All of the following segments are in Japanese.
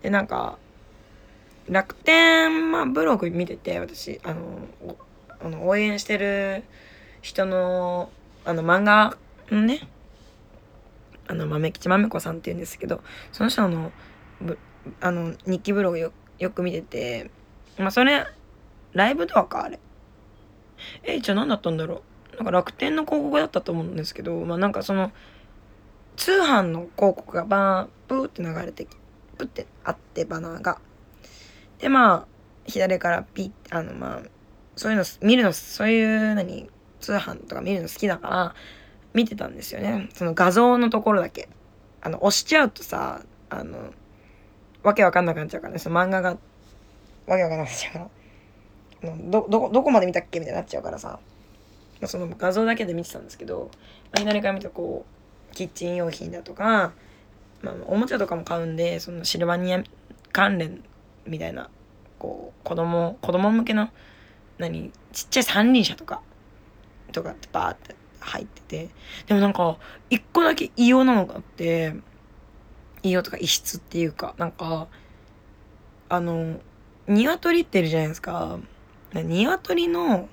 で、なんか、楽天、ブログ見てて、私、応援してる人の、漫画のね、豆吉豆子さんって言うんですけど、その人の、日記ブログよく見てて、それ、ライブドアか、あれ。じゃあ何だったんだろう。なんか楽天の広告だったと思うんですけど、なんかその、通販の広告がプーって流れてプってあって、バナーが。で、左からピッ、そういうの見るの、そういう通販とか見るの好きだから、見てたんですよね。その画像のところだけ。押しちゃうとさ、わけわかんなくなっちゃうからね。その漫画が、わけわかんなくなっちゃうから。どこまで見たっけみたいになっちゃうからさ。その画像だけで見てたんですけど、左から見たこう、キッチン用品だとか、おもちゃとかも買うんで、そのシルバニア関連みたいな、こう、子供向けの、ちっちゃい三輪車とかってバーって入ってて、でもなんか、一個だけ異様なのがあって、異様とか異質っていうか、なんか、鶏っているじゃないですか。鶏の、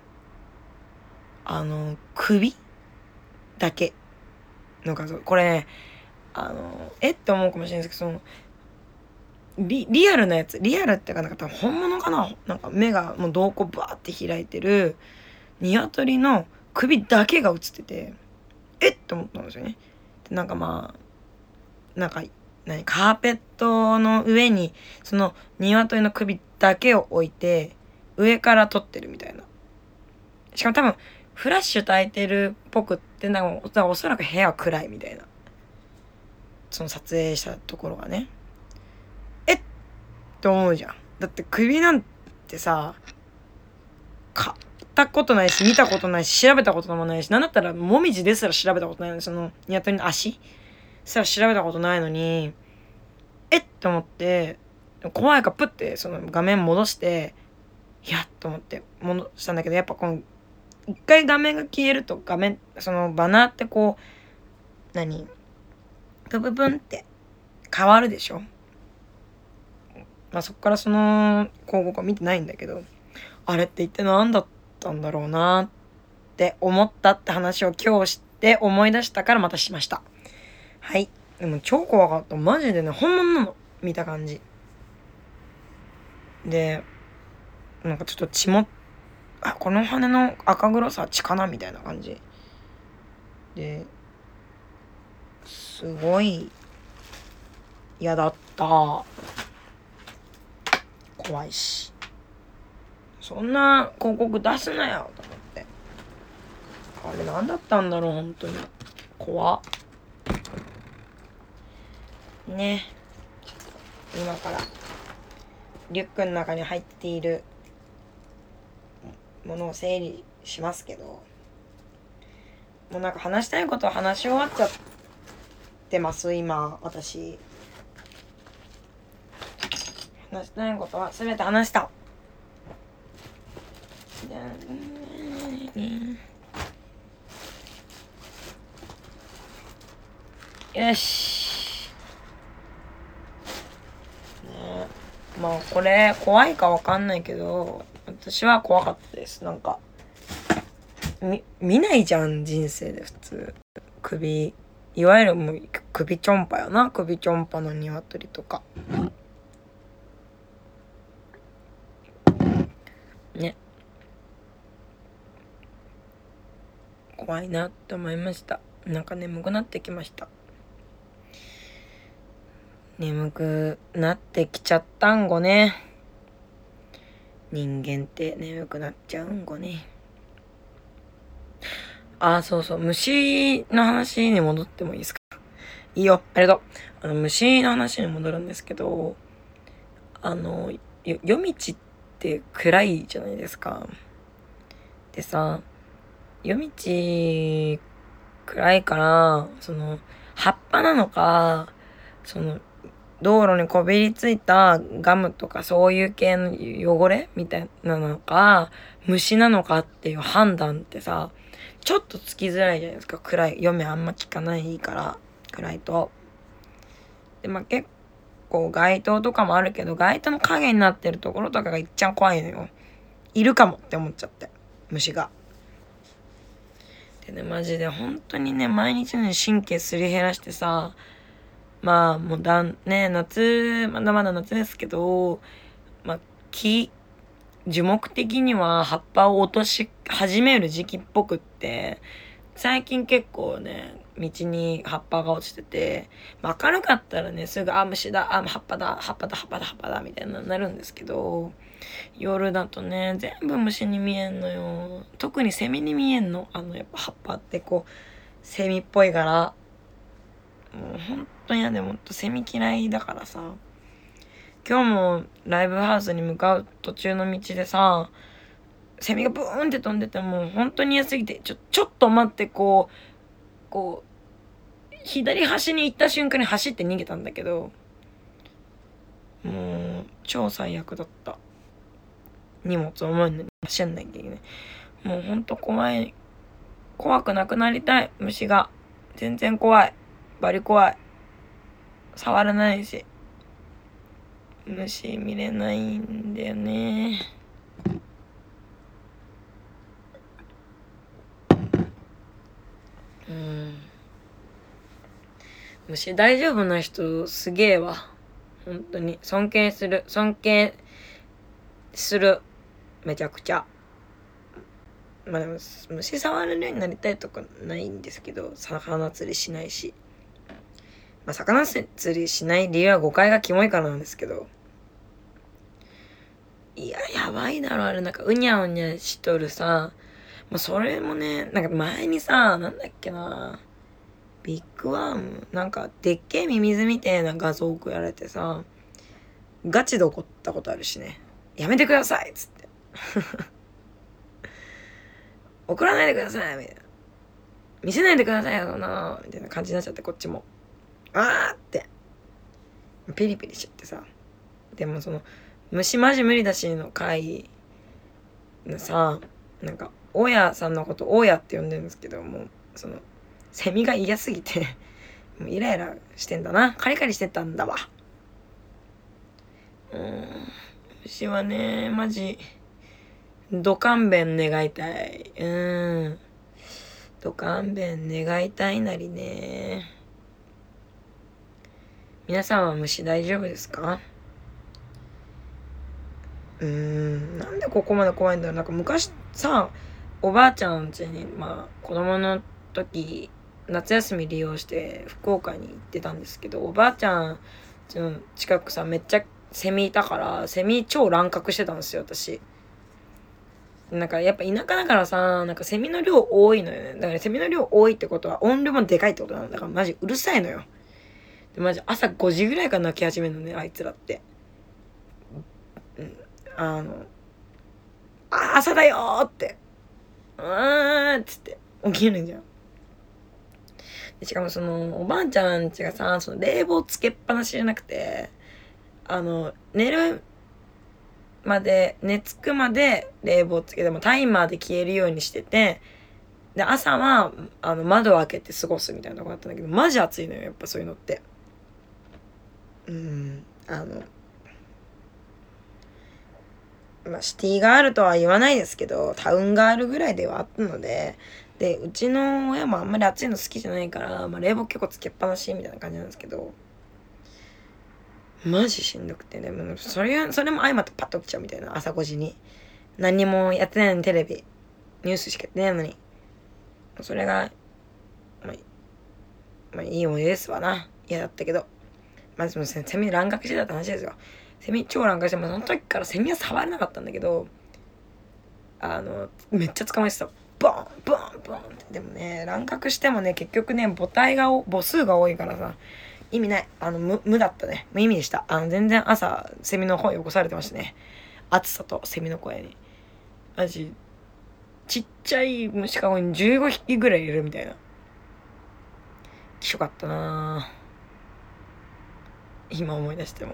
首だけの画像。これね、って思うかもしれないですけど、その、リアルなやつ。リアルってかなんか多分本物かな。なんか目がもう瞳孔バーって開いてる、鶏の首だけが映ってて、って思ったんですよね。でなんかなんか、カーペットの上に、その鶏の首だけを置いて、上から撮ってるみたいな。しかも多分、フラッシュ焚いてるっぽくって、おそらく部屋は暗いみたいな。その撮影したところがね。って思うじゃん。だって首なんてさ、買ったことないし、見たことないし、調べたこともないし、なんだったら、もみじですら調べたことないのに、その、鶏の足すら調べたことないのに、って思って、怖いからプッて、その画面戻して、いやっと思って戻したんだけど、やっぱこの、一回画面が消えるとそのバナーってこう、プププンって変わるでしょ。そっからその広告は見てないんだけど、あれって一体何だったんだろうなって思ったって話を今日して思い出したからまたしました。はい。でも超怖かった。マジでね、本物なの。見た感じ。で、なんかちょっとこの羽の赤黒さは血かなみたいな感じ。で、すごい嫌だった。怖いし。そんな広告出すなよと思って。あれ何だったんだろう、本当に。怖っ。ね。今からリュックの中に入っているものを整理しますけど、もうなんか話したいことは話し終わっちゃってます今。私話したいことは全て話した。よしね。これ怖いかわかんないけど、私は怖かったです。なんか見ないじゃん、人生で普通。いわゆるもう首ちょんぱよな。首ちょんぱの鶏とかね。怖いなって思いました。なんか眠くなってきました。眠くなってきちゃったんごね。人間って眠くなっちゃうんごね。そうそう。虫の話に戻ってもいいですか？いいよ。ありがとう。虫の話に戻るんですけど、夜道って暗いじゃないですか。でさ、夜道暗いから、その、葉っぱなのか、その、道路にこびりついたガムとかそういう系の汚れみたいなのか、虫なのかっていう判断ってさ、ちょっとつきづらいじゃないですか。夜目あんま効かないから、暗いと。で、 こう街灯とかもあるけど、街灯の影になってるところとかがいっちゃん怖いのよ。いるかもって思っちゃって、虫が。でね、マジで本当にね、毎日のように神経すり減らしてさ、まあもう夏、まだまだ夏ですけど、まあ樹木的には葉っぱを落とし始める時期っぽくって、最近結構ね、道に葉っぱが落ちてて、明るかったらね、すぐ、虫だ、葉っぱだ、葉っぱだ、葉っぱだ、葉っぱだ、みたいななるんですけど、夜だとね、全部虫に見えんのよ。特にセミに見えんの。やっぱ葉っぱってこう、セミっぽいから、もうほんと嫌でもっとセミ嫌いだからさ、今日もライブハウスに向かう途中の道でさ、セミがブーンって飛んでてもう本当に嫌すぎて、ちょっと待って、こう、左端に行った瞬間に走って逃げたんだけど、もう、超最悪だった。荷物重いのに走んなきゃいけない。もうほんと怖くなくなりたい、虫が。全然怖い。バリ怖い。触らないし。虫見れないんだよね。虫大丈夫な人すげえわ。本当に。尊敬する。めちゃくちゃ。まあでも、虫触れるようになりたいとかないんですけど、魚釣りしないし。まあ魚釣りしない理由は誤解がキモいからなんですけど。いや、やばいだろ、あれ。なんか、うにゃうにゃしとるさ。まあそれもね、なんか前にさ、なんだっけな。ビッグワームなんか、でっけえミミズみたいな画像送られてさ、ガチで怒ったことあるしね。やめてくださいっつって。怒らないでくださいみたいな。見せないでくださいよ、そんなみたいな感じになっちゃって、こっちも。あーって。ピリピリしちゃってさ。でもその、虫マジ無理だしの回のさ、なんか、大家さんのこと大家って呼んでるんですけども、その、セミが嫌すぎて、もうイライラしてんだな。カリカリしてたんだわ。虫はね、マジ、ド勘弁願いたい。ド勘弁願いたいなりね。皆さんは虫大丈夫ですか？なんでここまで怖いんだろう。なんか昔さ、おばあちゃん家に、子供の時、夏休み利用して福岡に行ってたんですけど、おばあちゃん家の近くさ、めっちゃセミいたから、セミ超乱獲してたんですよ、私。なんかやっぱ田舎だからさ、なんかセミの量多いのよね。だからセミの量多いってことは音量もでかいってことなんだ。だからマジうるさいのよ。でマジ朝5時ぐらいから鳴き始めるのね、あいつらって。朝だよーって。っつって起きるんじゃん。でしかもそのおばあちゃん家がさ、その冷房つけっぱなしじゃなくて、寝つくまで冷房つけてもタイマーで消えるようにしてて、で朝は窓を開けて過ごすみたいなとこだったんだけど、マジ暑いのよやっぱそういうのって。シティガールとは言わないですけど、タウンガールぐらいではあったので、でうちの親もあんまり暑いの好きじゃないから、冷房結構つけっぱなしみたいな感じなんですけど、マジしんどくてね、もうそれも相まってパッと起きちゃうみたいな。朝5時に何にもやってないのに、テレビニュースしかやってないのに、それがいい思い出ですわな。嫌だったけど、そのセミ乱獲してたって話ですよ。セミ超乱獲して、その時からセミは触れなかったんだけど、めっちゃ捕まえてた。ボンボンボンって。でもね、乱獲してもね、結局ね、母数が多いからさ、意味ない。無だったね。無意味でした。全然朝、セミの声起こされてましたね。暑さとセミの声に。マジ、ちっちゃい虫かごに15匹ぐらいいるみたいな。きしょかったな今思い出しても。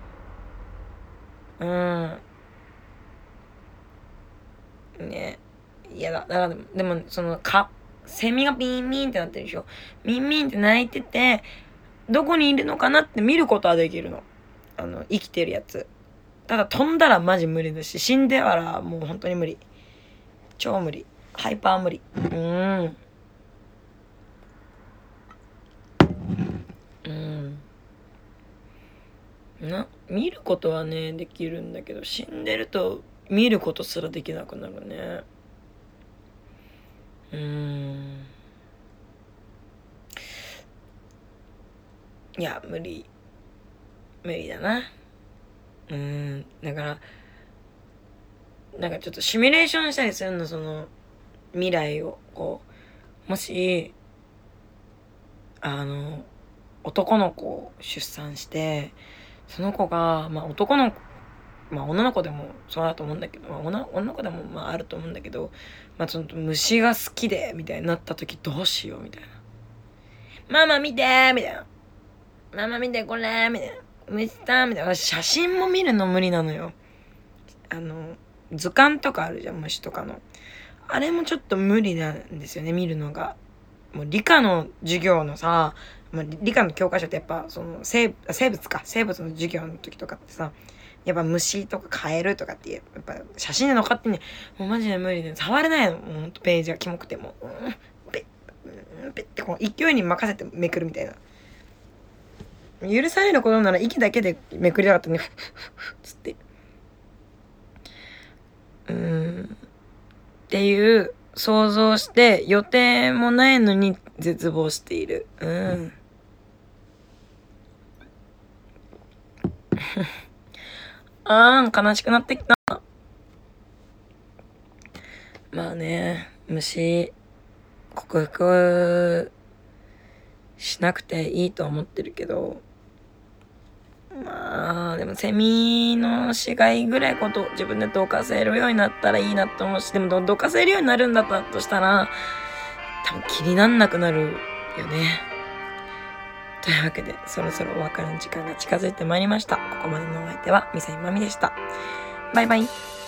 ね、嫌だ。だから、でも、セミがビンビンってなってるでしょ。ビンビンって鳴いてて、どこにいるのかなって見ることはできるの。 生きてるやつ。ただ飛んだらマジ無理だし、死んでたらもう本当に無理。超無理。ハイパー無理。見ることはね、できるんだけど、死んでると見ることすらできなくなるね。いや、無理だな。だから、なんかちょっとシミュレーションしたりするの、その、未来を、こう、もし、男の子を出産して、その子が、女の子でもそうだと思うんだけど、女の子でもあると思うんだけど、その虫が好きで、みたいになった時どうしよう、みたいな。ママ見てみたいな。ママ見てこれみたいな。虫さんみたいな。私写真も見るの無理なのよ。図鑑とかあるじゃん、虫とかの。あれもちょっと無理なんですよね、見るのが。もう理科の授業のさ、理科の教科書ってやっぱその生物の授業の時とかってさ、やっぱ虫とかカエルとかってやっぱ写真で残ってね、もうマジで無理で触れないの。もうほんとページがキモくてもペってこう勢いに任せてめくるみたいな。許されることなら息だけでめくりたかったね。つって。っていう想像して予定もないのに絶望している。悲しくなってきた。まあね、虫克服しなくていいと思ってるけど、でもセミの死骸ぐらいこと自分でどかせるようになったらいいなと思うし、でもどかせるようになるんだったとしたら、多分気になんなくなるよね。というわけで、そろそろお別れの時間が近づいてまいりました。ここまでのお相手は、みさいまみでした。バイバイ。